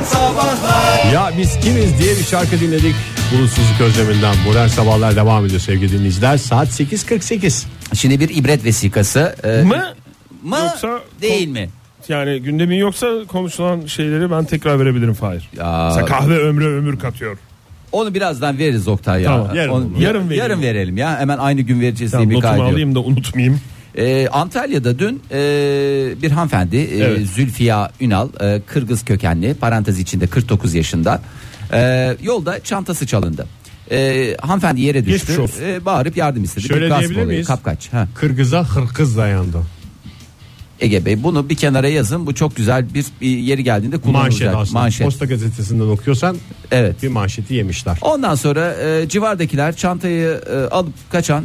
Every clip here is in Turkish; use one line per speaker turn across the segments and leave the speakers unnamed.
Sabahlar.
Ya biz kimiz diye bir şarkı dinledik. Bulutsuzluk özleminden. Modern Sabahlar devam ediyor sevgili dinleyiciler. Saat 8.48.
Şimdi bir ibret vesikası
Mı? Yoksa
değil mi?
Yani gündemin yoksa konuşulan şeyleri ben tekrar verebilirim Fahir. Mesela kahve ömür katıyor.
Onu birazdan veririz Oktay ya.
Tamam,
yarın verelim ya. Hemen aynı gün vereceğiz
tamam,
diye bir kaydı.
Notumu alayım da unutmayayım.
Antalya'da dün bir hanımefendi
evet.
Zülfiya Ünal, Kırgız kökenli, parantez içinde 49 yaşında, yolda çantası çalındı. Hanımefendi yere düştü, bağırıp yardım istedi.
Şöyle diyebilir miyiz?
Kapkaç.
Kırgıza hırkız dayandı.
Ege Bey bunu bir kenara yazın, bu çok güzel bir yeri geldiğinde kullanılacak.
Manşet. Posta gazetesinden okuyorsan
evet.
Bir manşeti yemişler.
Ondan sonra civardakiler çantayı alıp kaçan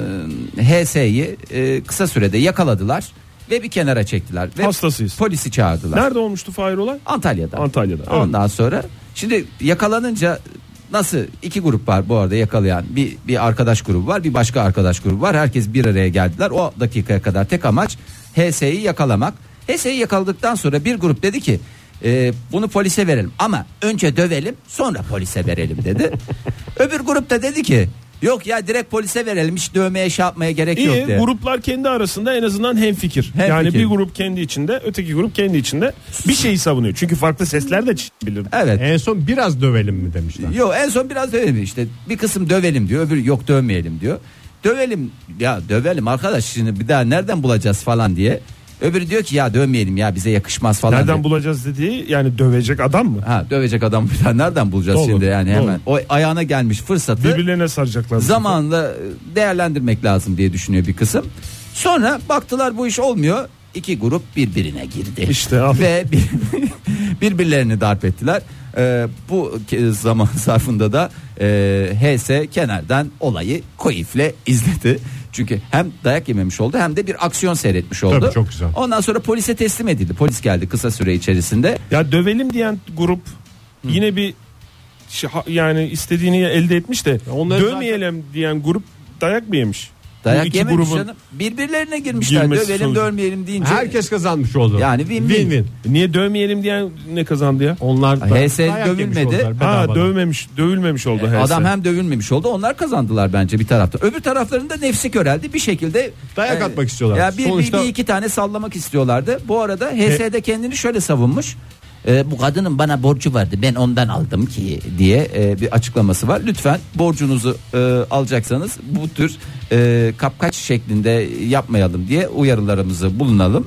HS'yi kısa sürede yakaladılar ve bir kenara çektiler. Ve
hastasıyız.
Polisi çağırdılar.
Nerede olmuştu Fahir olay?
Antalya'da.
Evet.
Ondan sonra şimdi yakalanınca nasıl iki grup var bu arada yakalayan, bir arkadaş grubu var, bir başka arkadaş grubu var. Herkes bir araya geldiler. O dakikaya kadar tek amaç HS'yi yakalamak. HS'yi yakaladıktan sonra bir grup dedi ki bunu polise verelim ama önce dövelim sonra polise verelim dedi. Öbür grup da dedi ki yok ya direkt polise verelim, hiç dövmeye şey yapmaya gerek yok diye.
Gruplar kendi arasında en azından hemfikir. Yani bir grup kendi içinde, öteki grup kendi içinde bir şeyi savunuyor. Çünkü farklı sesler de çıkabilir.
Evet.
En son biraz dövelim mi demişler.
Yok, en son biraz dövelim işte. Bir kısım dövelim diyor, öbür yok dövmeyelim diyor. Dövelim ya, dövelim arkadaş, şimdi bir daha nereden bulacağız falan diye. Öbürü diyor ki ya dövmeyelim ya, bize yakışmaz falan.
Nereden
diye.
Bulacağız dediği yani dövecek adam mı?
Dövecek adam bir daha nereden bulacağız
doğru,
şimdi yani
doğru.
hemen. O ayağına gelmiş fırsatı
birbirlerine saracaklar.
Zamanla değerlendirmek lazım diye düşünüyor bir kısım. Sonra baktılar bu iş olmuyor. İki grup birbirine girdi.
İşte abi.
Ve birbirlerini darp ettiler. Bu zaman zarfında da HS kenardan olayı keyifle izledi. Çünkü hem dayak yememiş oldu hem de bir aksiyon seyretmiş oldu.
Tabii, çok güzel.
Ondan sonra polise teslim edildi. Polis geldi kısa süre içerisinde.
Ya dövelim diyen grup yine bir yani istediğini elde etmiş de dövmeyelim diyen grup dayak mı yemiş?
Dayak yememiş canım. Birbirlerine girmişler. Dövelim dövmeyelim deyince.
Herkes kazanmış oldu.
Yani win-win.
Niye dövmeyelim diyen ne kazandı ya?
Onlar
HS dövülmedi.
Dövülmemiş oldu HS.
Adam hem dövülmemiş oldu. Onlar kazandılar bence bir tarafta. Öbür taraflarında nefsi köreldi. Bir şekilde
dayak atmak istiyorlar.
Ya bir iki tane sallamak istiyorlardı. Bu arada HS de kendini şöyle savunmuş. Bu kadının bana borcu vardı, ben ondan aldım ki diye bir açıklaması var. Lütfen borcunuzu alacaksanız bu tür kapkaç şeklinde yapmayalım diye uyarılarımızı bulunalım.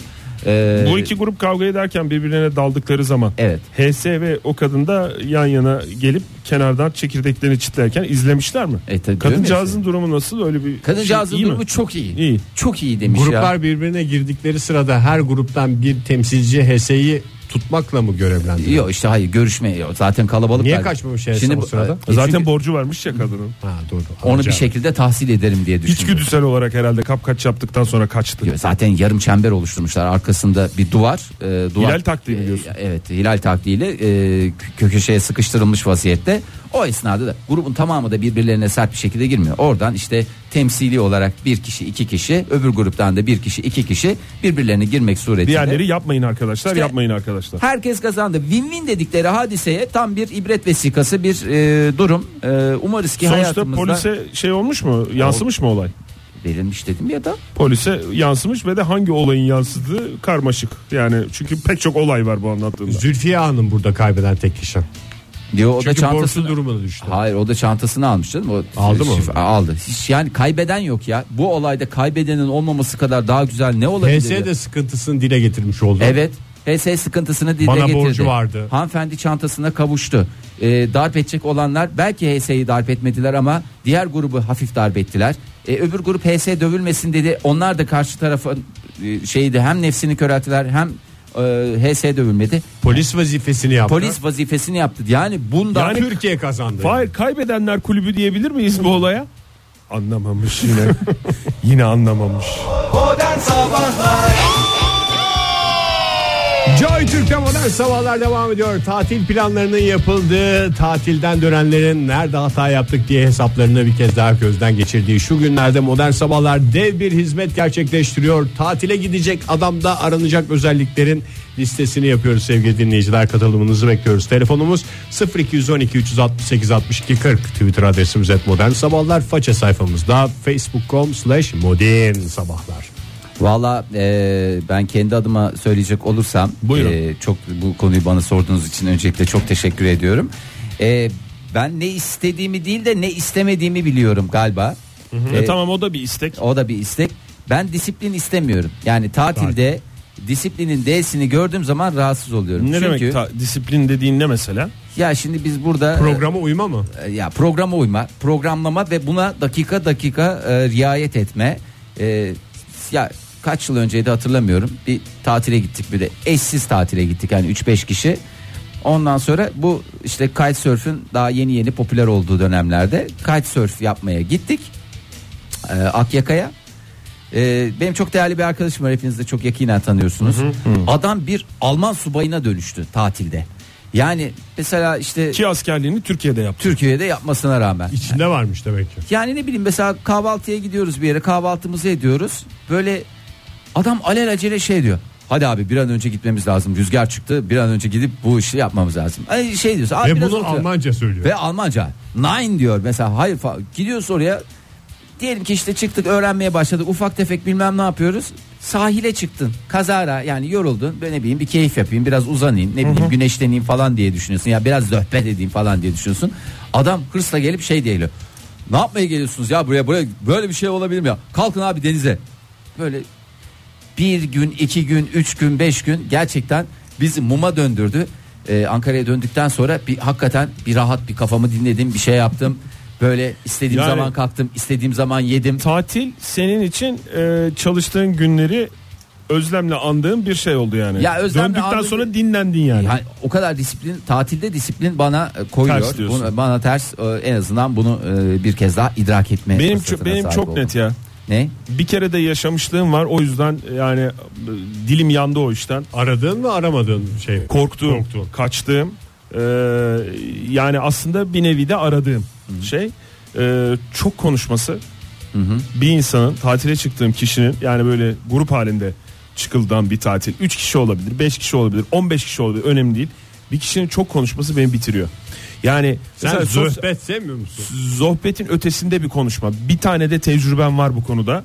Bu iki grup kavga ederken birbirlerine daldıkları zaman
evet.
HS ve o kadın da yan yana gelip kenardan çekirdeklerini çitlerken izlemişler mi? Kadıncağızın durumu nasıl? Öyle bir
kadıncağızın durumu
mi?
Çok iyi. Çok iyi demiş
Gruplar
ya.
birbirine girdikleri sırada her gruptan bir temsilci HS'yi tutmakla mı görevlendiriyor?
Yok işte hayır, görüşme yok. Zaten kalabalık.
Niye kaçmamış HS o sırada?
Zaten borcu varmış ya kadının.
Doğru.
Onu bir şekilde tahsil ederim diye düşünüyorum.
İçgüdüsel olarak herhalde kapkaç yaptıktan sonra kaçtı.
Zaten yarım çember oluşturmuşlar. Arkasında bir duvar.
Hilal taktiği mi diyorsun?
Evet, hilal taktiğiyle köşeye sıkıştırılmış vaziyette. O esnada da grubun tamamı da birbirlerine sert bir şekilde girmiyor. Oradan işte temsili olarak bir kişi iki kişi, öbür gruptan da bir kişi iki kişi birbirlerine girmek suretiyle.
Diğerleri yapmayın arkadaşlar,
işte
yapmayın arkadaşlar.
Herkes kazandı. Win-win dedikleri hadiseye tam bir ibret vesikası bir durum. Umarız ki
sonuçta
hayatımızda.
Polise şey olmuş mu? Yansımış mı olay?
Verilmiş dedim ya da.
Polise yansımış ve de hangi olayın yansıdığı karmaşık. Yani çünkü pek çok olay var bu anlattığımda.
Zülfiye Hanım burada kaybeden tek kişi.
Diyor, o
çünkü
da çantasını
borçlu durumuna düştü.
Hayır, o da çantasını almış canım.
Aldı mı?
Aldı. Hiç yani kaybeden yok ya. Bu olayda kaybedenin olmaması kadar daha güzel ne olabilir?
HS de sıkıntısını dile getirmiş oldu.
Evet. HS sıkıntısını dile
Bana
getirdi.
borcu vardı.
Hanımefendi çantasına kavuştu. Darp edecek olanlar belki HS'yi darp etmediler ama diğer grubu hafif darp ettiler. Öbür grup HS dövülmesin dedi. Onlar da karşı tarafın hem nefsini körelttiler hem HS dövülmedi.
Polis vazifesini yaptı.
Polis vazifesini yaptı. Yani bundan
Türkiye kazandı.
Hayır, kaybedenler kulübü diyebilir miyiz bu olaya? Anlamamış yine. Yine anlamamış.
Modern Sabahlar.
Joy Türk'te modern sabahlar devam ediyor. Tatil planlarının yapıldığı, tatilden dönenlerin nerede hata yaptık diye hesaplarını bir kez daha gözden geçirdiği şu günlerde modern sabahlar dev bir hizmet gerçekleştiriyor. Tatile gidecek adamda aranacak özelliklerin listesini yapıyoruz sevgili dinleyiciler. Katılımınızı bekliyoruz. Telefonumuz 0212 368 62 40. Twitter adresimiz @modernsabahlar. Faça sayfamızda facebook.com/modernsabahlar.
Valla ben kendi adıma söyleyecek olursam çok bu konuyu bana sorduğunuz için öncelikle çok teşekkür ediyorum. Ben ne istediğimi değil de ne istemediğimi biliyorum galiba.
Tamam, o da bir istek.
O da bir istek. Ben disiplin istemiyorum. Yani tatilde disiplinin D'sini gördüğüm zaman rahatsız oluyorum.
Ne
Çünkü,
demek disiplin dediğin ne mesela?
Ya şimdi biz burada
Programa uyma mı?
Ya programa uyma, programlama ve buna dakika riayet etme. Ya kaç yıl önceydi hatırlamıyorum. Bir tatile gittik, bir de eşsiz tatile gittik yani 3-5 kişi. Ondan sonra bu işte kitesurf'ün daha yeni popüler olduğu dönemlerde kitesurf yapmaya gittik. Akyaka'ya. Benim çok değerli bir arkadaşım var, hepiniz de çok yakinen tanıyorsunuz. Adam bir Alman subayına dönüştü tatilde. Yani mesela işte
Ki askerliğini Türkiye'de
yapmasına rağmen.
İçinde varmış demek ki.
Yani ne bileyim, mesela kahvaltıya gidiyoruz bir yere, kahvaltımızı ediyoruz. Böyle adam alelacele şey diyor. Hadi abi bir an önce gitmemiz lazım. Rüzgar çıktı. Bir an önce gidip bu işi yapmamız lazım. Hani şey diyorsun.
Ve bunu Almanca söylüyor.
Ve Almanca. Nein diyor mesela. Hayır falan. Gidiyoruz oraya. Diyelim ki işte çıktık, öğrenmeye başladık. Ufak tefek bilmem ne yapıyoruz. Sahile çıktın. Kazara yani yoruldun. Ben ne bileyim bir keyif yapayım. Biraz uzanayım. Ne bileyim güneşleneyim falan diye düşünüyorsun. Ya biraz sohbet edeyim falan diye düşünüyorsun. Adam hırsla gelip şey diyelim. Ne yapmaya geliyorsunuz ya buraya böyle bir şey olabilir mi ya? Kalkın abi denize. Böyle bir gün, 2 gün, 3 gün, 5 gün gerçekten bizi muma döndürdü. Ankara'ya döndükten sonra hakikaten bir rahat, bir kafamı dinledim, bir şey yaptım. Böyle istediğim zaman kalktım, istediğim zaman yedim.
Tatil senin için çalıştığın günleri özlemle andığın bir şey oldu yani.
Ya
döndükten sonra dinlendin yani.
O kadar disiplin, tatilde disiplin bana koyuyor. Bana ters, en azından bunu bir kez daha idrak etme.
Benim çok
oldum.
net ya.
Ne?
Bir kere de yaşamışlığım var, o yüzden yani dilim yandı o işten.
Aradığın mı aramadığın şey?
Korktuğum, kaçtığım, yani aslında bir nevi de aradığım şey çok konuşması. Bir insanın, tatile çıktığım kişinin, yani böyle grup halinde çıkıldığım bir tatil, 3 kişi olabilir, 5 kişi olabilir, 15 kişi olabilir, önemli değil. Bir kişinin çok konuşması beni bitiriyor. Yani
sen sohbet sevmiyor musun?
Sohbetin ötesinde bir konuşma. Bir tane de tecrübem var bu konuda.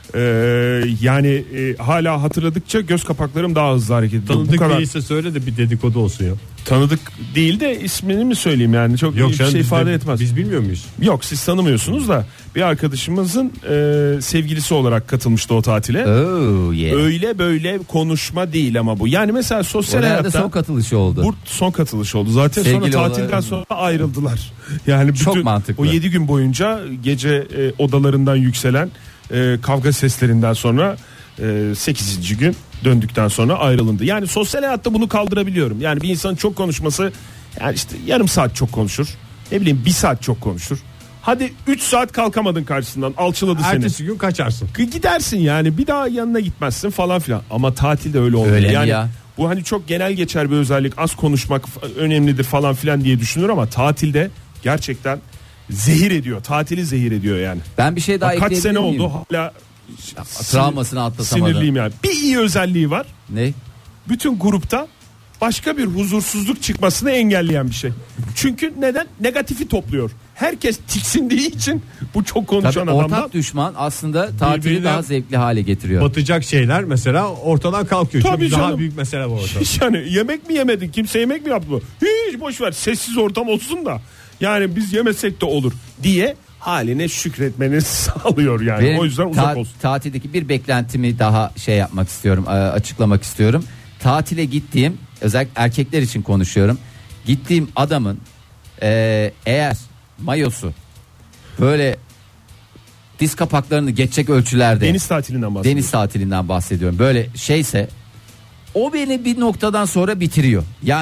Yani hala hatırladıkça göz kapaklarım daha hızlı hareket ediyor.
Tanıdık değilse söyle de bir dedikodu olsun ya.
Tanıdık değil de ismini mi söyleyeyim, yani çok
yok,
bir şey ifade etmez.
Biz bilmiyor muyuz?
Yok, siz tanımıyorsunuz da bir arkadaşımızın sevgilisi olarak katılmıştı o tatile. Öyle böyle konuşma değil ama bu. Yani mesela sosyal hayatta
son katılışı oldu.
Bu son katılışı oldu. Zaten
Sevgili
sonra tatilden sonra ayrıldılar. Yani bütün
çok mantıklı.
O 7 gün boyunca gece odalarından yükselen kavga seslerinden sonra 8. gün döndükten sonra ayrılındı. Yani sosyal hayatta bunu kaldırabiliyorum. Yani bir insanın çok konuşması, yani işte yarım saat çok konuşur. Ne bileyim 1 saat çok konuşur. Hadi 3 saat kalkamadın karşısından, alçıladı seni.
Ertesi gün kaçarsın.
Gidersin yani, bir daha yanına gitmezsin falan filan. Ama tatilde öyle olmuyor.
Öyle
yani
ya.
Bu hani çok genel geçer bir özellik. Az konuşmak önemlidir falan filan diye düşünülür ama tatilde gerçekten zehir ediyor. Tatili zehir ediyor yani.
Ben bir şey daha ekleyebilir
miyim? Kaç sene oldu hala
travmasını atlatamadım.
Sinirliyim yani. Bir iyi özelliği var.
Ne?
Bütün grupta başka bir huzursuzluk çıkmasını engelleyen bir şey. Çünkü neden? Negatifi topluyor. Herkes tiksindiği için bu çok konuşan adamdan.
Ortak düşman aslında tatili daha zevkli hale getiriyor.
Batacak şeyler mesela ortadan kalkıyor.
Tabii
Çok
canım.
daha büyük mesele var orada.
Yani yemek mi yemedin? Kimse yemek mi yaptı? Hiç boş ver. Sessiz ortam olsun da. Yani biz yemesek de olur diye haline şükretmeni sağlıyor yani.
Benim
o yüzden uzak olsun.
Tatildeki bir beklentimi daha şey yapmak istiyorum, açıklamak istiyorum. Tatile gittiğim, özellikle erkekler için konuşuyorum. Gittiğim adamın eğer mayosu böyle diz kapaklarını geçecek ölçülerde, deniz tatilinden bahsediyorum. Böyle şeyse o beni bir noktadan sonra bitiriyor. Yani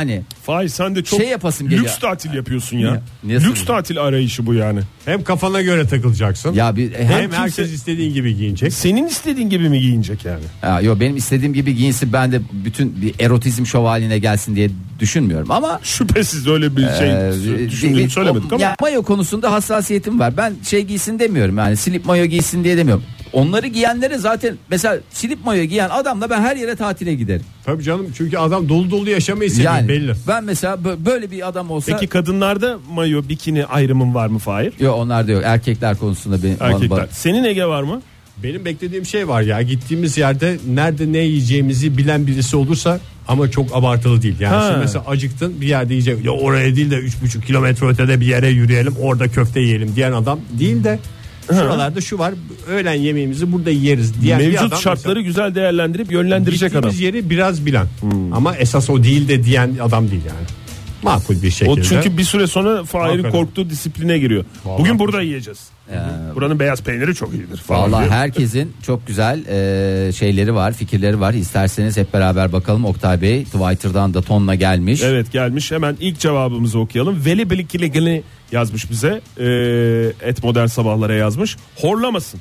Fahir sen de çok
Şey yapasım geliyor.
lüks tatil yapıyorsun ya.
Niye
Lüks
söylüyorsun?
tatil arayışı bu yani.
Hem kafana göre takılacaksın.
Ya
Hem herkes istediğin gibi giyinecek.
Senin istediğin gibi mi giyinecek yani?
Yo, benim istediğim gibi giyinsin, ben de bütün bir erotizm şov haline gelsin diye düşünmüyorum ama
Şüphesiz öyle bir şey düşündüğünü söylemedik ama.
Ya mayo konusunda hassasiyetim var. Ben şey giysin demiyorum, yani slip mayo giysin diye demiyorum. Onları giyenlere zaten, mesela slip mayo giyen adamla ben her yere tatile giderim.
Tabii canım, çünkü adam dolu dolu yaşamayı seviyor,
Yani
belli.
ben mesela böyle bir adam olsa.
Peki kadınlarda mayo bikini ayrımın var mı Fahir?
Yok, onlar da yok. Erkekler konusunda benim.
Erkekler. Senin Ege var mı?
Benim beklediğim şey var ya, gittiğimiz yerde nerede ne yiyeceğimizi bilen birisi olursa, ama çok abartılı değil. Yani şimdi mesela acıktın, bir yerde yiyecek, ya oraya değil de 3,5 kilometre ötede bir yere yürüyelim, orada köfte yiyelim diyen adam değil de şuralarda şu var, öğlen yemeğimizi burada yeriz diyen bir adam.
Mevcut şartları güzel değerlendirip yönlendirecek adam.
Gittiğimiz yeri biraz bilen ama esas o değil de diyen adam değil yani. Makul bir şekilde.
O çünkü bir süre sonra Fahir'in
Hakikaten.
korktuğu disipline giriyor.
Vallahi.
Bugün burada yiyeceğiz. Buranın beyaz peyniri çok iyidir falan
Vallahi
diyor.
herkesin çok güzel şeyleri var, fikirleri var. İsterseniz hep beraber bakalım. Oktay Bey Twitter'dan da tonla gelmiş.
Evet, gelmiş. Hemen ilk cevabımızı okuyalım. Veli Bilikili yazmış bize. Et Modern Sabahlara yazmış. Horlamasın.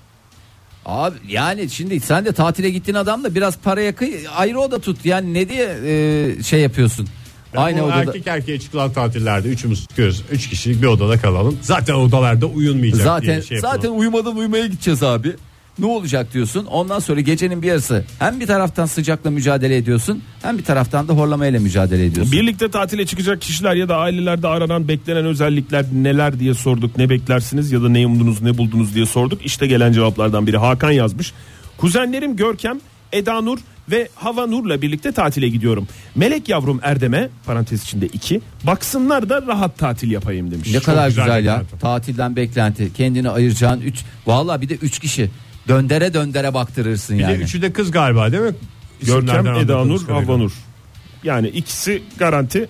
Abi yani şimdi sen de tatile gittiğin adamla biraz paraya ayrı oda tut. Yani ne diye şey yapıyorsun? Aynı odada.
Erkek erkeğe çıkılan tatillerde üçümüz çıkıyoruz. 3 kişilik bir odada kalalım. Zaten odalarda uyunmayacak diye şey
zaten uyumadan uyumaya gideceğiz abi. Ne olacak diyorsun? Ondan sonra gecenin bir yarısı hem bir taraftan sıcakla mücadele ediyorsun, hem bir taraftan da horlamayla mücadele ediyorsun.
Birlikte tatile çıkacak kişiler ya da ailelerde aranan beklenen özellikler neler diye sorduk. Ne beklersiniz ya da ne umdunuz ne buldunuz diye sorduk. İşte gelen cevaplardan biri Hakan yazmış. Kuzenlerim Görkem, Eda Nur ve Hava Nur'la birlikte tatile gidiyorum. Melek yavrum Erdem'e parantez içinde 2 baksınlar da rahat tatil yapayım demiş.
Ne kadar güzel ya.
beklenti.
Tatilden beklenti. Kendini ayıracağın 3. Vallahi bir de 3 kişi. Döndere baktırırsın
Bir
yani.
de üçü de kız galiba değil mi?
Görkem,
İsimlerden
Eda
anladığımız
Nur,
kadarıyla.
Hava Nur. Yani ikisi garanti.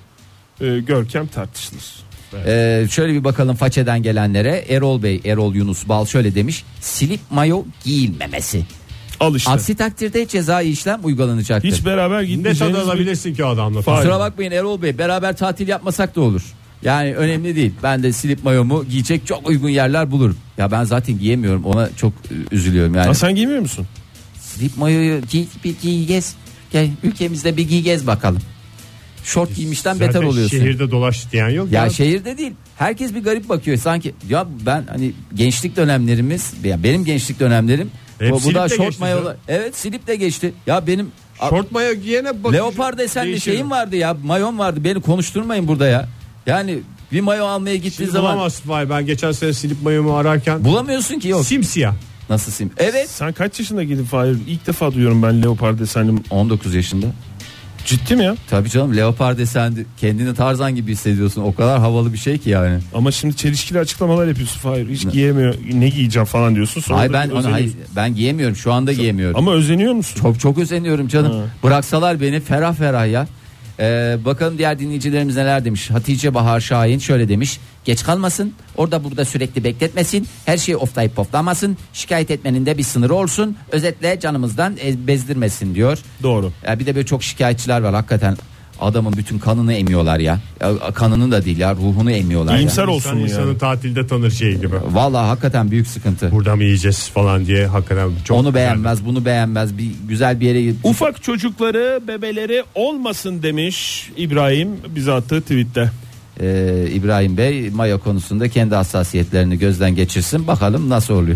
Görkem tartışılır.
Şöyle bir bakalım façeden gelenlere. Erol Bey, Erol Yunus Bal şöyle demiş. Slip mayo giyilmemesi.
Al işte.
Aksi takdirde cezai işlem uygulanacaktır.
Hiç beraber
Ne
gitmeyeceğiniz
tadı alabilirsin ki o adamla?
Fahir.
Kusura bakmayın Erol Bey, beraber tatil yapmasak da olur. Yani önemli değil. Ben de slip mayomu giyecek çok uygun yerler bulurum. Ya ben zaten giyemiyorum, ona çok üzülüyorum yani.
Ha, sen giymiyor musun?
Slip mayoyu giy gez. Gel ülkemizde bir giy gez bakalım. Şort giymişten
Zaten
beter oluyorsun.
şehirde dolaş diyen yok.
Ya şehirde değil. Herkes bir garip bakıyor sanki. Ya ben hani gençlik dönemlerimiz, ya benim gençlik dönemlerim
Hep
bu
slip
da
de
şort
geçti
mayolar.
canım.
Evet, slip de geçti. Ya benim
Şort mayo giyene bak.
leopar desenli şeyim vardı ya. Mayon vardı. Beni konuşturmayın burada ya. Yani bir mayo almaya gittiğin
Şimdi
zaman
bulamazsın Fahir. Ben geçen sene silip mayomu ararken
bulamıyorsun ki, yok.
simsiyah.
Nasıl sim? Evet.
Sen kaç yaşında gidin Fahir? İlk defa duyuyorum ben leopar desenli.
19 yaşında.
Ciddi mi ya?
Tabii canım, leopar desenli, kendini Tarzan gibi hissediyorsun. O kadar havalı bir şey ki yani.
Ama şimdi çelişkili açıklamalar yapıyorsun Fahir. Hiç giyemiyor. Ne giyeceğim falan diyorsun. Sonra
Hayır,
da
ben onu
özeniyorsun.
ben giyemiyorum. Şu anda giyemiyorum.
Ama özeniyor musun?
Çok özeniyorum canım.
Ha.
Bıraksalar beni ferah ferah ya. Bakalım diğer dinleyicilerimiz neler demiş. Hatice Bahar Şahin şöyle demiş. Geç kalmasın, orada burada sürekli bekletmesin, her şeyi oflayıp poflamasın, şikayet etmenin de bir sınırı olsun, özetle canımızdan bezdirmesin diyor.
Doğru.
Bir de böyle çok şikayetçiler var hakikaten. Adamın bütün kanını emiyorlar ya. Kanını da değil ya, ruhunu emiyorlar
İyimser
ya.
olsun
İnsanın
yani.
tatilde tanır şey gibi.
Vallahi hakikaten büyük sıkıntı.
Burada mı yiyeceğiz falan diye hakikaten çok.
Onu beğenmez, bunu beğenmez. Bir güzel bir yere
Ufak çocukları bebeleri olmasın demiş İbrahim bize attığı tweette.
İbrahim Bey mayo konusunda kendi hassasiyetlerini gözden geçirsin, bakalım nasıl oluyor.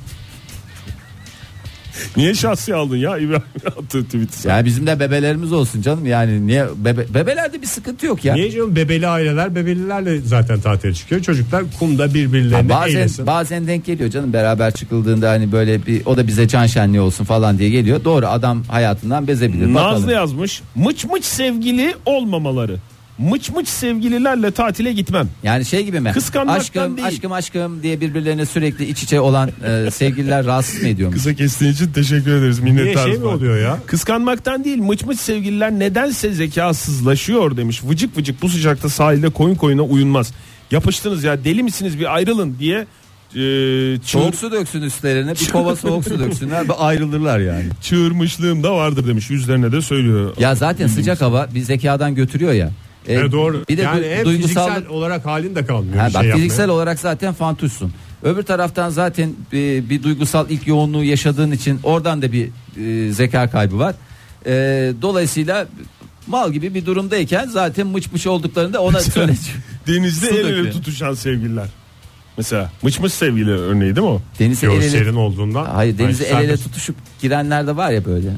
Niye şahsi aldın ya İbrahim attığı tweet'i?
Yani bizim de bebelerimiz olsun canım, yani niye bebelerde bir sıkıntı yok ya.
Niye canım, bebeli aileler bebelilerle zaten tatile çıkıyor. Çocuklar kumda birbirlerine eğlesin.
Bazen denk geliyor canım, beraber çıkıldığında hani böyle bir, o da bize can şenliği olsun falan diye geliyor. Doğru, adam hayatından bezebilir.
Nazlı
Bakalım.
yazmış. Mıç mıç sevgili olmamaları. Mıç mıç sevgililerle tatile gitmem.
Yani şey gibi mi?
Kıskanmaktan değil.
Aşkım diye birbirlerine sürekli iç içe olan sevgililer rahatsız mı ediyormuş?
Kısa kestiğin için teşekkür ederiz.
Niye
Minnettarız.
şey mi oluyor ya?
Kıskanmaktan değil, mıç mıç sevgililer nedense zekasızlaşıyor demiş. Vıcık vıcık bu sıcakta sahilde koyun koyuna uyunmaz. Yapıştınız ya, deli misiniz, bir ayrılın diye
Soğuk su döksün üstlerine, bir kova soğuk su döksünler ve ayrılırlar yani.
çığırmışlığım da vardır demiş. Yüzlerine de söylüyor.
Ya zaten sıcak hava bir zekadan götürüyor ya.
Doğru.
Bir de
yani hem
duygusal
fiziksel olarak halin de kalmıyor.
bak fiziksel olarak zaten fantuzsun. Öbür taraftan zaten bir duygusal ilk yoğunluğu yaşadığın için oradan da bir zeka kaybı var. Dolayısıyla mal gibi bir durumdayken zaten mıç olduklarında ona söyle.
Denizde el ele tutuşan sevgililer. Mesela mıç sevgili örneği değil mi o?
Denize el ele
serin olduğundan.
Hayır, denize el ele tutuşup girenler de var ya böyle.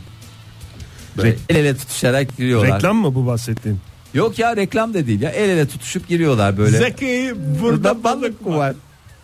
El ele tutuşarak giriyorlar.
Reklam mı bu bahsettiğin?
Yok ya, reklam da değil ya. El ele tutuşup giriyorlar böyle.
Zeki burada balık var.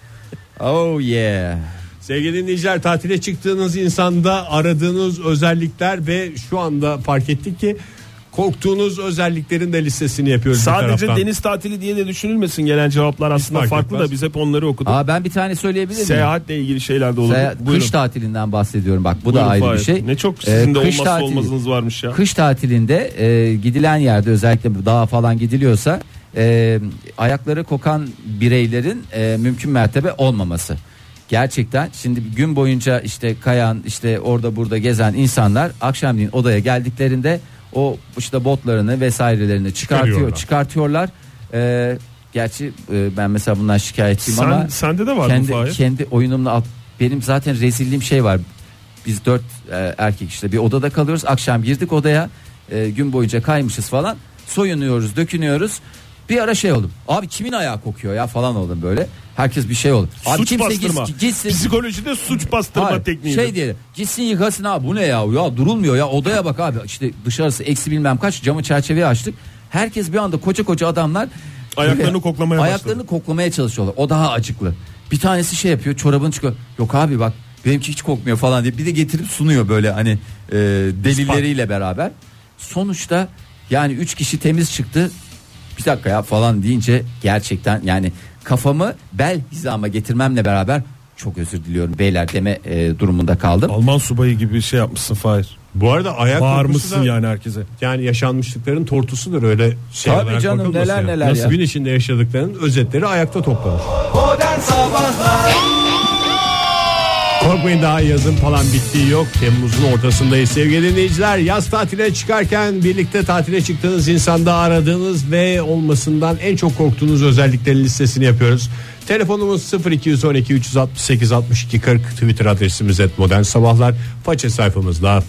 Oh yeah.
Sevgili dinleyiciler, tatile çıktığınız insanda aradığınız özellikler ve şu anda fark ettik ki korktuğunuz özelliklerin de listesini yapıyoruz.
Sadece deniz tatili diye de düşünülmesin, gelen cevaplar aslında farklı da biz hep onları okuduk.
Ben bir tane söyleyebilir miyim?
Seyahatle ilgili şeyler de olur.
Kış tatilinden bahsediyorum, bak bu da ayrı bir şey.
Ne çok sizin de olmazsa olmazınız varmış ya.
Kış tatilinde gidilen yerde, özellikle dağa falan gidiliyorsa ayakları kokan bireylerin mümkün mertebe olmaması. Gerçekten şimdi gün boyunca işte kayan, işte orada burada gezen insanlar akşamleyin odaya geldiklerinde o işte botlarını vesairelerini çıkartıyorlar. Gerçi ben mesela bundan şikayetçiyim ama
sende de var
kendi oyunumla benim zaten rezilliğim şey var. Biz 4 erkek işte bir odada kalıyoruz. Akşam girdik odaya, gün boyunca kaymışız falan, soyunuyoruz, dökünüyoruz. Bir ara şey oldum. Abi kimin ayağı kokuyor ya falan oldum böyle. Herkes bir şey oldu. Abi
suç
kimse
bastırma.
Gitsin.
Psikolojide suç bastırma tekniği.
Şey diye gitsin yıkasın abi, bu ne ya? Ya durulmuyor ya, odaya bak abi. İşte dışarısı eksi bilmem kaç, camı çerçeveyi açtık. Herkes bir anda koca adamlar
ayaklarını
koklamaya çalışıyorlar. O daha acıklı. Bir tanesi şey yapıyor, çorabını çıkıyor. Yok abi bak benimki hiç kokmuyor falan diye. Bir de getirip sunuyor böyle hani delilleriyle beraber. Sonuçta yani 3 kişi temiz çıktı. Bir dakika ya falan deyince gerçekten yani kafamı bel hizama getirmemle beraber çok özür diliyorum beyler deme durumunda kaldım.
Alman subayı gibi bir şey yapmışsın Fahir.
Bu arada ayak
bağırmışsın yani herkese.
Yani yaşanmışlıkların tortusudur, öyle şey.
Tabii canım, neler
Nasıl
ya.
Gün içinde yaşadıklarının özetleri ayakta toplanır.
Modern Sabahlar.
Korkmayın, daha yazın falan bittiği yok. Temmuz'un ortasındayız sevgili dinleyiciler. Yaz tatile çıkarken birlikte tatile çıktığınız insanda aradığınız ve olmasından en çok korktuğunuz özelliklerin listesini yapıyoruz. Telefonumuz 0212 368 62 40, Twitter adresimiz @modernsabahlar, faça sayfamızda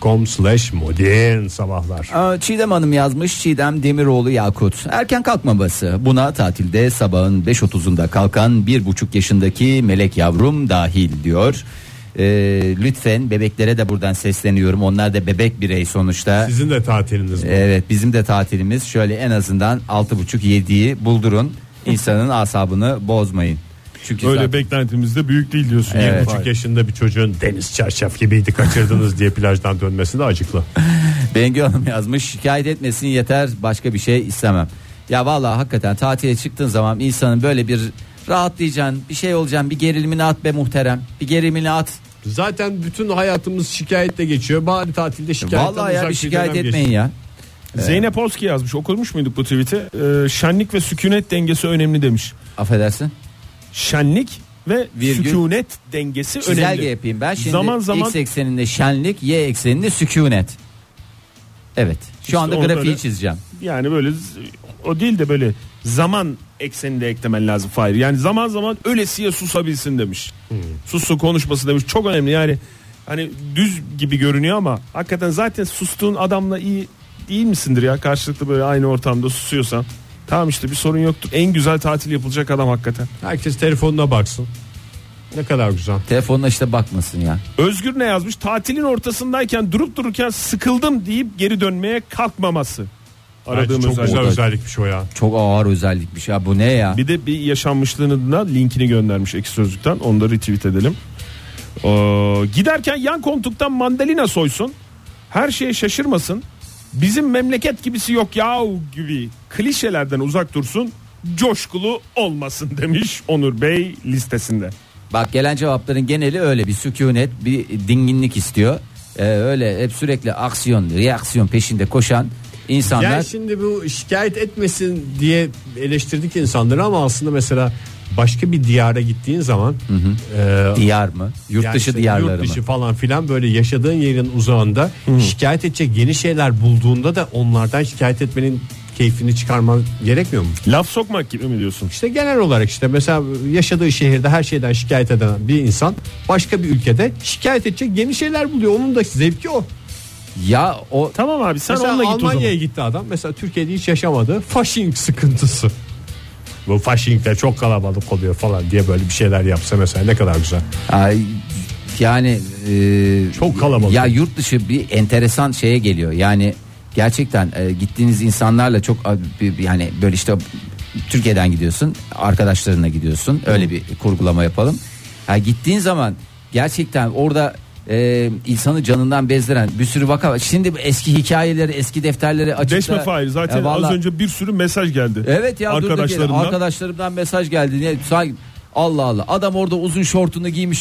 facebook.com/modernsabahlar.
Çiğdem Hanım yazmış. Çiğdem Demiroğlu Yakut. Erken kalkmaması. Buna tatilde sabahın 5.30'unda kalkan 1,5 yaşındaki melek yavrum dahil diyor. Lütfen bebeklere de buradan sesleniyorum. Onlar da bebek birey sonuçta.
Sizin de tatiliniz bu.
Evet, bizim de tatilimiz. Şöyle en azından 6.5-7'yi buldurun. İnsanın asabını bozmayın. Çünkü
öyle beklentimiz de büyük değil diyorsun.
Evet.
1,5 yaşında bir çocuğun deniz çarşaf gibiydi kaçırdınız diye plajdan dönmesi de acıklı.
Bengü Hanım yazmış. Şikayet etmesin yeter, başka bir şey istemem. Ya vallahi hakikaten tatile çıktığın zaman insanın böyle bir rahatlayacaksın, bir şey olacaksın, bir gerilimini at be muhterem. Bir gerilimini at.
Zaten bütün hayatımız şikayetle geçiyor. Bari tatilde şikayetten
vallahi ya, bir şikayet etmeyin ya.
Zeynep Oski yazmış, okurmuş muyduk bu tweet'i? Şenlik ve sükunet dengesi önemli demiş.
Affedersin.
Şenlik ve sükunet dengesi önemli.
Çizelge yapayım ben şimdi.
Zaman
X ekseninde şenlik, Y ekseninde sükunet. Evet. Şu
İşte
anda grafiği çizeceğim.
Yani böyle o değil de böyle zaman ekseninde eklemen lazım Fahir. Yani zaman zaman ölesiye susabilsin demiş. Sussun konuşması demiş. Çok önemli yani. Hani düz gibi görünüyor ama hakikaten zaten sustuğun adamla iyi değil misindir ya, karşılıklı böyle aynı ortamda susuyorsan. Tamam işte, bir sorun yoktur. En güzel tatil yapılacak adam hakikaten.
Herkes telefonuna baksın. Ne kadar güzel.
Telefonuna işte bakmasın ya.
Özgür ne yazmış? Tatilin ortasındayken durup dururken sıkıldım deyip geri dönmeye kalkmaması.
Aradığım çok güzel özellikmiş o ya.
Çok ağır özellikmiş ya, bu ne ya?
Bir de bir yaşanmışlığını da linkini göndermiş Ekşi Sözlük'ten. Onu da retweet edelim. Giderken yan koltuktan mandalina soysun. Her şeye şaşırmasın. Bizim memleket gibisi yok yahu gibi klişelerden uzak dursun. Coşkulu olmasın demiş Onur Bey listesinde.
Bak, gelen cevapların geneli öyle bir sükunet, bir dinginlik istiyor. Öyle hep sürekli aksiyon, reaksiyon peşinde koşan insanlar.
Yani şimdi bu şikayet etmesin diye eleştirdik insanları ama aslında mesela başka bir diyara gittiğin zaman
diyar mı? Yurt
yani
dışı
işte
diyarları
yurt dışı
mı?
falan filan, böyle yaşadığın yerin uzağında şikayet edecek yeni şeyler bulduğunda da onlardan şikayet etmenin keyfini çıkarman gerekmiyor mu?
Laf sokmak gibi mi diyorsun?
İşte genel olarak işte mesela yaşadığı şehirde her şeyden şikayet eden bir insan başka bir ülkede şikayet edecek yeni şeyler buluyor. Onun da zevki o.
Ya o
Tamam abi sen
Mesela
onunla git o zaman.
Almanya'ya gitti adam. Mesela Türkiye'de hiç yaşamadı. Fasching sıkıntısı. Bu Fasching'de çok kalabalık oluyor falan diye böyle bir şeyler yapsa mesela ne kadar güzel.
ay, yani
Çok kalabalık.
Ya yurt dışı bir enteresan şeye geliyor. Yani gerçekten gittiğiniz insanlarla çok yani böyle işte Türkiye'den gidiyorsun, arkadaşlarına gidiyorsun. Öyle bir kurgulama yapalım. Ya gittiğin zaman gerçekten orada insanı canından bezdiren bir sürü vaka var. Şimdi eski hikayeleri, eski defterleri açıkta.
Deşme Fahir zaten az önce bir sürü mesaj geldi.
Evet ya arkadaşlarımdan mesaj geldi. Niye? Allah Allah, adam orada uzun şortunu giymiş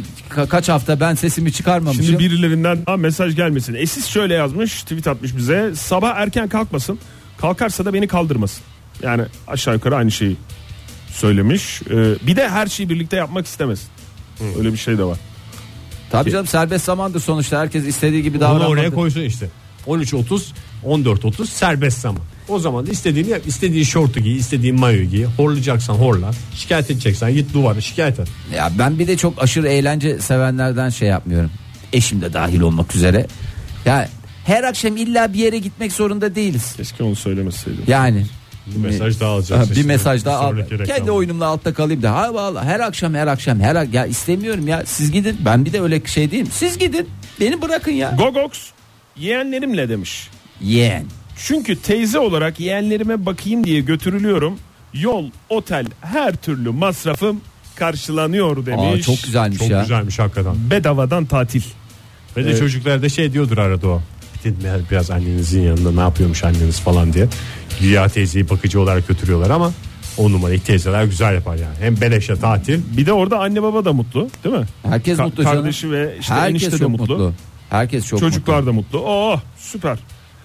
kaç hafta ben sesimi çıkarmamışım.
Şimdi birilerinden mesaj gelmesin. Siz şöyle yazmış, tweet atmış bize. Sabah erken kalkmasın, kalkarsa da beni kaldırmasın. Yani aşağı yukarı aynı şeyi söylemiş. Bir de her şeyi birlikte yapmak istemesin. Öyle bir şey de var.
Tabii canım, serbest zamandır sonuçta, herkes istediği gibi
Onu
davranmadı.
oraya koysun işte. 13.30 14.30 serbest zaman. O zaman da istediğini yap. İstediğin şortu giy, istediğin mayoyu giy. Horlayacaksan horla. Şikayet edeceksen git duvara şikayet et.
Ya ben bir de çok aşırı eğlence sevenlerden şey yapmıyorum. Eşim de dahil olmak üzere. Ya her akşam illa bir yere gitmek zorunda değiliz.
Keşke onu söylemeseydim.
Yani
Bir mesaj daha alacağız.
bir mesaj daha al.
Sonraki
Kendi
reklamda.
oyunumla altta kalayım da. Ha vallahi her akşam ya istemiyorum ya. Siz gidin. Ben bir de öyle şey değilim. Siz gidin. Beni bırakın ya.
Gogox yeğenlerimle demiş.
Yeğen.
Çünkü teyze olarak yeğenlerime bakayım diye götürülüyorum. Yol, otel, her türlü masrafım karşılanıyor demiş.
Aa, çok güzelmiş
Çok
ya.
güzelmiş hakikaten.
Bedavadan tatil.
Ve de çocuklar da şey diyordur arada o. Gidin biraz annenizin yanında ne yapıyormuş anneniz falan diye. Güya teyzeyi bakıcı olarak götürüyorlar ama o numarayı teyzeler güzel yapar yani. Hem beleşe tatil.
Bir de orada anne baba da mutlu, değil mi?
Herkes mutlu canım.
Kardeşi ve işte
Herkes
enişte de
çok
mutlu.
Herkes çok
Çocuklar
mutlu.
da mutlu. Oh süper.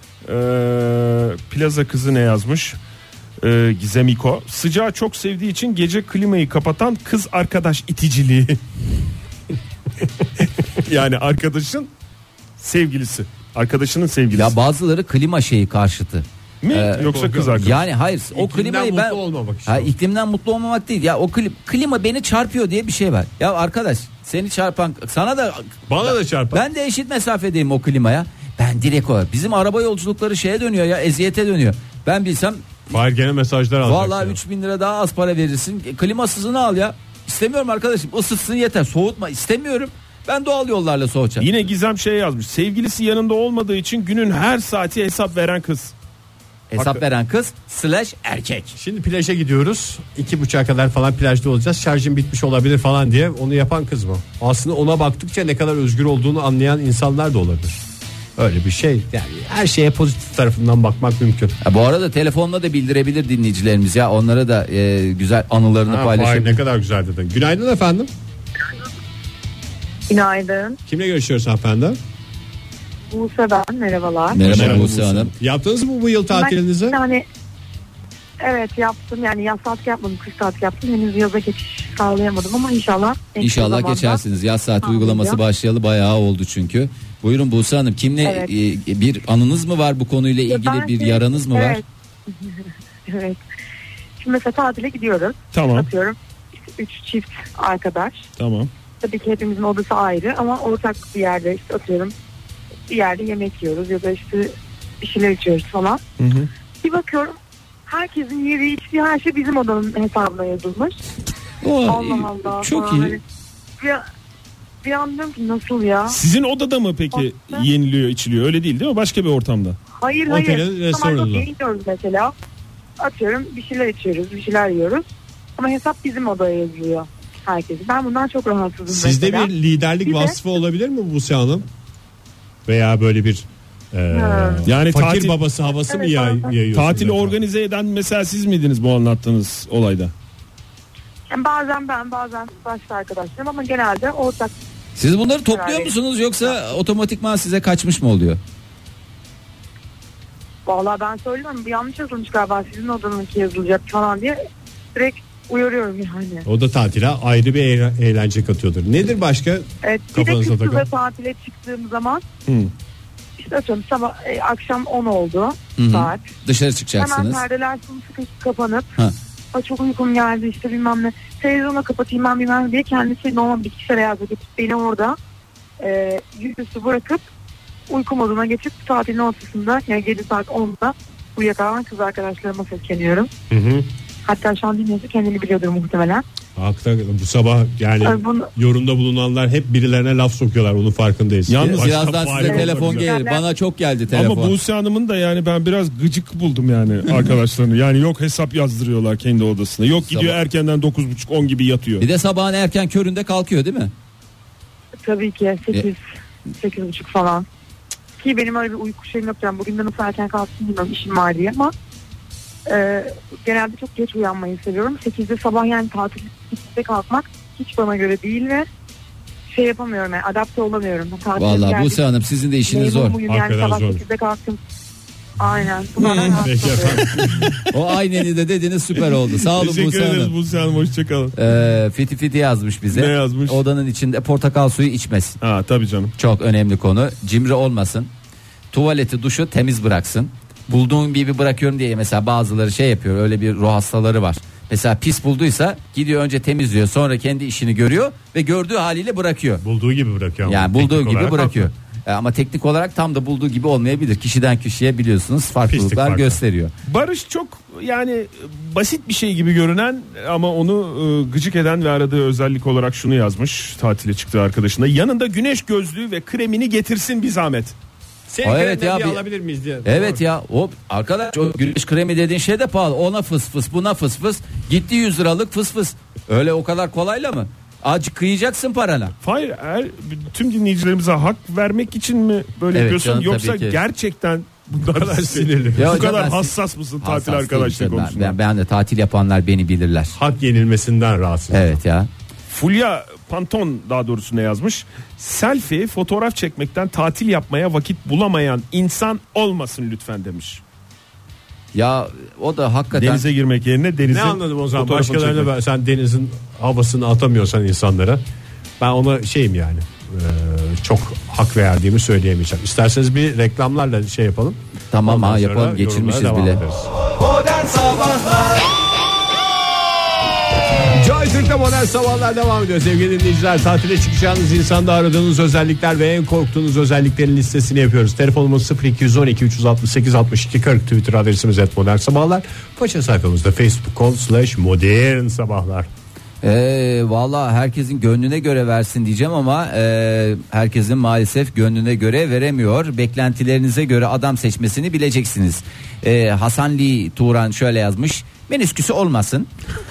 Plaza kızı ne yazmış? Gizem İko. Sıcağı çok sevdiği için gece klimayı kapatan kız arkadaş iticiliği. Yani arkadaşın sevgilisi. Arkadaşının sevgilisi.
Ya bazıları klima şeyi karşıtı.
Mi? Yoksa kız arkadaş.
Yani hayır, o
İklimden
klimayı ben
mutlu olmamak için.
iklimden mutlu olmamak değil. Ya o klima beni çarpıyor diye bir şey var. Ya arkadaş, seni çarpan sana da
Bana da çarpar.
ben de eşit mesafedeyim o klimaya. Ben direkt olarak bizim araba yolculukları şeye dönüyor ya, eziyete dönüyor. Ben bilsem
Fahir gene mesajlar alacak.
vallahi 3.000 lira daha az para verirsin. Klimasızını al ya. İstemiyorum arkadaşım, ısıtsın yeter, soğutma istemiyorum. Ben doğal yollarla soğutacağım.
Yine Gizem şey yazmış. Sevgilisi yanında olmadığı için günün her saati hesap veren kız.
Hesap veren kız / erkek.
Şimdi plaja gidiyoruz. 2.30'a kadar falan plajda olacağız. Şarjım bitmiş olabilir falan diye onu yapan kız mı? Aslında ona baktıkça ne kadar özgür olduğunu anlayan insanlar da olabilir. Öyle bir şey. Yani her şeye pozitif tarafından bakmak mümkün.
Bu arada telefonla da bildirebilir dinleyicilerimiz ya. Onlara da güzel anılarını
Fahir
paylaşabilir.
ne kadar güzel dedin. Günaydın efendim.
Günaydın.
Kimle görüşüyoruz efendim?
Buse ben. Merhabalar.
Merhaba Buse Hanım.
Yaptınız mı bu yıl tatilinizi?
Yani evet yaptım. Yani yaz tatili yapmadım. Kış tatili yaptım. Henüz yaza geçiş sağlayamadım ama inşallah. en kısa
İnşallah
zamanda
geçersiniz. Yaz saati
sağlayacağım.
uygulaması başlayalı bayağı oldu çünkü. Buyurun Buse Hanım. Kimle
Evet.
bir anınız mı var bu konuyla ilgili,
Ben
bir
şey-
yaranız mı var?
Evet. Evet. Şimdi mesela tatile gidiyoruz.
Tamam.
Atıyorum. 3 çift arkadaş.
Tamam.
Tabii ki hepimizin odası ayrı ama ortak bir yerde işte atıyorum bir yerde yemek yiyoruz ya da işte bir şeyler içiyoruz falan.
Hı hı.
Bir bakıyorum herkesin yeri içtiği her şey bizim odanın hesabına yazılmış. Allah Allah.
Çok
falan.
iyi.
Hani bir an diyorum ki nasıl ya?
Sizin odada mı peki
Odada.
yeniliyor içiliyor öyle değil değil mi? Başka bir ortamda.
Hayır
Otelin
hayır.
restoranında.
Tamam geliyoruz mesela. Atıyorum bir şeyler içiyoruz, bir şeyler yiyoruz. Ama hesap bizim odaya yazılıyor. Herkesi. Ben bundan çok rahatsızım
Sizde
mesela.
bir liderlik
Bir de-
vasfı olabilir mi Buse Hanım? Veya böyle bir
Yani
fakir
tatil-
babası havası mı
Evet,
yayıyorsunuz?
Tatili
efendim?
organize eden mesela siz miydiniz bu anlattığınız olayda?
Yani bazen ben bazen başka arkadaşlarım ama genelde ortak.
Siz bunları topluyor
Karar
musunuz yoksa otomatikman size kaçmış mı oluyor?
Vallahi ben söylüyorum yanlış yazılmış galiba sizin odanınki yazılacak falan diye direkt uyarıyorum yani.
O da tatile ayrı bir eğlence katıyordur. Nedir başka?
Evet, bir de
Kafanıza
kız kıza
takın.
tatile çıktığım zaman
Hı.
İşte atıyorum sabah akşam 10 oldu saat.
Dışarı çıkacaksınız.
Hemen perdeler sıkı kapanıp
Ha.
çok uykum geldi işte bilmem ne. Televizyona kapatayım ben bilmem ne diye kendisi normal bilgisayara yazdı. Beni orada yüzüstü bırakıp uyku moduna geçip tatilin ortasında yani gece saat 10'da uyuyakalan kız arkadaşlarıma sesleniyorum. Hatta şu an dinliyorsa kendini biliyordur muhtemelen.
Hakikaten bu sabah yani yorumda bulunanlar hep birilerine laf sokuyorlar, onun farkındayız.
Yalnız
birazdan size telefon gelir. Bana çok geldi telefon.
Ama Buse Hanım'ın da yani ben biraz gıcık buldum yani arkadaşlarını. Yani yok hesap yazdırıyorlar kendi odasına. Yok gidiyor erkenden 9.30-10 gibi yatıyor.
Bir de sabahın erken köründe kalkıyor değil mi?
Tabii ki 8.30 falan. Ki benim öyle bir uyku şeyim yok. Yani bugün de nasıl erken kalktım bilmiyorum, işim var diye ama genelde çok geç uyanmayı seviyorum. 8'de sabah yani tatil 8'de kalkmak hiç bana göre değil ve şey yapamıyorum yani adapte olamıyorum.
Vallahi Buse Hanım sizin de işiniz zor.
Yani sabah 8'de kalktım. Aynen.
Peki efendim.
O ayneni de dediniz, süper oldu. Sağ olun
Teşekkür
Buse
ederiz
Hanım.
Buse Hanım, hoşçakalın.
Fiti Fiti yazmış bize.
Ne yazmış?
Odanın içinde portakal suyu içmesin.
Ha tabii canım.
Çok önemli konu. Cimri olmasın. Tuvaleti, duşu temiz bıraksın. Bulduğum gibi bırakıyorum diye mesela bazıları şey yapıyor, öyle bir ruh hastaları var. Mesela pis bulduysa gidiyor önce temizliyor, sonra kendi işini görüyor ve gördüğü haliyle bırakıyor.
Bulduğu gibi bırakıyor.
Yani bulduğu gibi bırakıyor. Ama teknik olarak tam da bulduğu gibi olmayabilir. Kişiden kişiye biliyorsunuz farklılıklar gösteriyor.
Barış çok yani basit bir şey gibi görünen ama onu gıcık eden ve aradığı özellik olarak şunu yazmış tatile çıktığı arkadaşına. Yanında güneş gözlüğü ve kremini getirsin bir zahmet.
Evet ya,
alabilir miyiz diye.
Evet
Doğru.
ya, o arkadaş o güneş kremi dediğin şey de pahalı. Ona fıs fıs, buna fıs fıs. Gitti 100 liralık fıs fıs. Öyle o kadar kolayla mı? Acı kıyacaksın parana.
Hayır, tüm dinleyicilerimize hak vermek için mi böyle yapıyorsun
canım,
yoksa gerçekten bu kadar sinirli, bu kadar hassas mısın tatil arkadaşlığı konusunda?
Ben de tatil yapanlar beni bilirler.
Hak yenilmesinden rahatsız.
Evet ya.
Fulya Panton daha doğrusu ne yazmış? Selfie, fotoğraf çekmekten tatil yapmaya vakit bulamayan insan olmasın lütfen demiş.
Ya o da hakikaten.
Denize girmek yerine denize.
Ne anladım o zaman,
fotoğrafını
başkalarına sen denizin havasını atamıyorsan insanlara, ben ona şeyim yani çok hak verdiğimi söyleyemeyeceğim. İsterseniz bir reklamlarla şey yapalım.
Tamam
Ondan
yapalım,
sonra
geçirmişiz
yorumlara
bile.
devam ederiz.
Modern Sabahlar
Joy Türk'te Modern Sabahlar devam ediyor. Sevgili dinleyiciler, tatile çıkacağınız insanda aradığınız özellikler ve en korktuğunuz özelliklerin listesini yapıyoruz. Telefonumuz 0212 368 62 40, Twitter adresimiz @Modern Sabahlar. Faça sayfamızda facebook.com/Modern Sabahlar.
Valla herkesin gönlüne göre versin diyeceğim ama herkesin maalesef gönlüne göre veremiyor. Beklentilerinize göre adam seçmesini bileceksiniz. Hasan Lee Turan şöyle yazmış: menisküsü olmasın.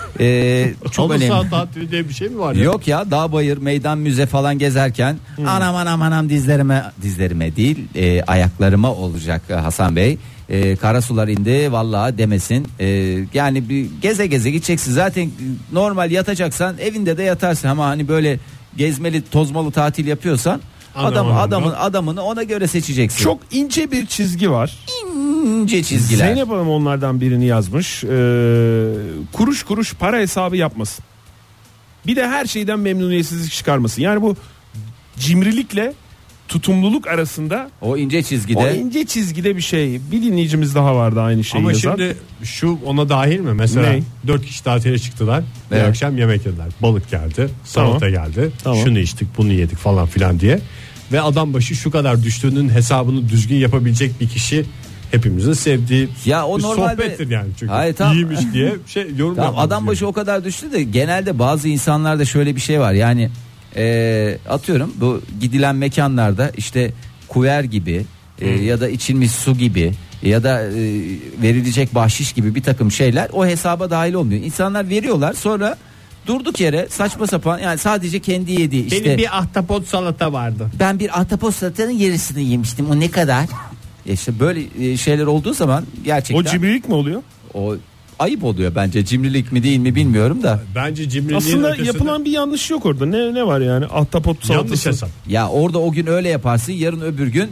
Çok önemli.
Saat tatili diye bir şey mi var ya?
Yok ya, dağ bayır meydan müze falan gezerken anam dizlerime değil ayaklarıma olacak Hasan Bey. Karasular indi vallahi demesin. Yani bir geze gideceksin. Zaten normal yatacaksan evinde de yatarsın ama hani böyle gezmeli tozmalı tatil yapıyorsan adamını ona göre seçeceksin.
Çok ince bir çizgi var.
İnce çizgiler.
Zeynep Hanım onlardan birini yazmış. Kuruş kuruş para hesabı yapmasın. Bir de her şeyden memnuniyetsizlik çıkarmasın. Yani bu cimrilikle tutumluluk arasında
o ince çizgide
bir şey. Bir dinleyicimiz daha vardı aynı şeyi
ama
yazan.
şimdi şu ona dahil mi? Mesela 4 kişi tatile çıktılar.
Evet.
Bir akşam yemek yediler. Balık geldi, salata geldi.
Tamam.
Şunu içtik, bunu yedik falan filan diye. Ve adam başı şu kadar düştüğünün hesabını düzgün yapabilecek bir kişi hepimizin sevdiği
ya o
bir
normalde
sohbettir yani, çünkü
hayır, tamam.
iyiymiş diye yorum
tamam, adam başı o kadar düştü de genelde bazı insanlarda şöyle bir şey var yani atıyorum bu gidilen mekanlarda işte kuver gibi ya da içilmiş su gibi ya da verilecek bahşiş gibi bir takım şeyler o hesaba dahil olmuyor. İnsanlar veriyorlar, sonra durduk yere saçma sapan, yani sadece kendi yediği işte.
Benim bir ahtapot salata vardı.
Ben bir ahtapot salatanın yarısını yemiştim, o ne kadar? İşte böyle şeyler olduğu zaman gerçekten.
O cimrilik mi oluyor?
O ayıp oluyor bence. Cimrilik mi değil mi bilmiyorum da.
Bence cimriliğin
aslında
ötesinde
yapılan bir yanlış yok orada. Ne var yani? Ahtapot salatası.
yanlış hesap.
Ya orada o gün öyle yaparsın, yarın öbür gün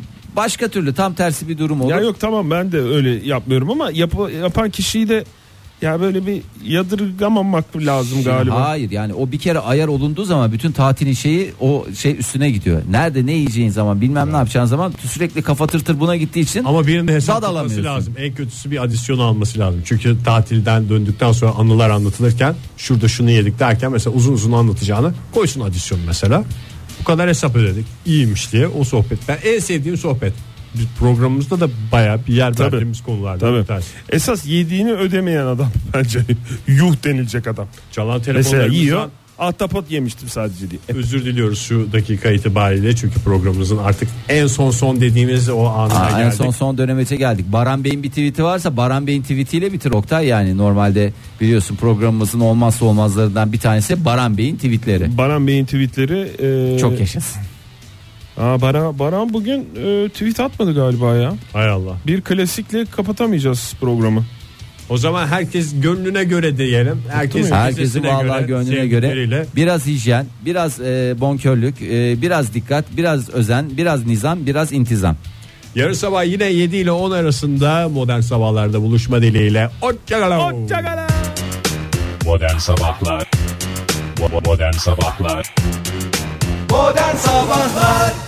başka türlü tam tersi bir durum olur.
Ya yok tamam, ben de öyle yapmıyorum ama yapan kişiyi de Ya böyle bir yadırgamamak lazım galiba.
Hayır, yani o bir kere ayar olunduğu zaman bütün tatilin şeyi o şey üstüne gidiyor. Nerede ne yiyeceğin zaman bilmem ne yapacağın zaman sürekli kafa tırtır buna gittiği için.
Ama birinin hesap
Tad
tutması
alamıyorsun.
lazım. En kötüsü bir adisyon alması lazım. Çünkü tatilden döndükten sonra anılar anlatılırken şurada şunu yedik derken mesela uzun uzun anlatacağını koysun adisyon mesela. Bu kadar hesap ödedik. İyiymiş diye o sohbet. Ben en sevdiğim sohbet. Biz programımızda da bayağı bir yer
Tabii.
verdiğimiz konulardan
Tabii.
bir tanesi.
Esas yediğini ödemeyen adam bence yuh denilecek adam.
Çalan
Mesela
telefonlarımızdan
yiyor. Ahtapot yemiştim sadece diye.
özür diliyoruz şu dakika itibariyle. Çünkü programımızın artık en son dediğimiz o anına
en
geldik.
son dönemece geldik. Baran Bey'in bir tweet'i varsa Baran Bey'in tweet'iyle bitir Oktay. Yani normalde biliyorsun programımızın olmazsa olmazlarından bir tanesi Baran Bey'in tweetleri.
Baran Bey'in tweetleri
Çok yaşasın.
Baran bugün tweet atmadı galiba ya.
Hay Allah.
Bir klasikle kapatamayacağız programı.
O zaman herkes gönlüne göre diyelim. Herkes
Herkesi
vizesine
vallahi gönlüne göre
sevdikleriyle.
biraz hijyen, biraz bonkörlük, biraz dikkat, biraz özen, biraz nizam, biraz intizam.
Yarın sabah yine 7 ile 10 arasında Modern Sabahlar'da buluşma dileğiyle. Hoşçakalın.
Modern Sabahlar Modern Sabahlar
Modern Sabahlar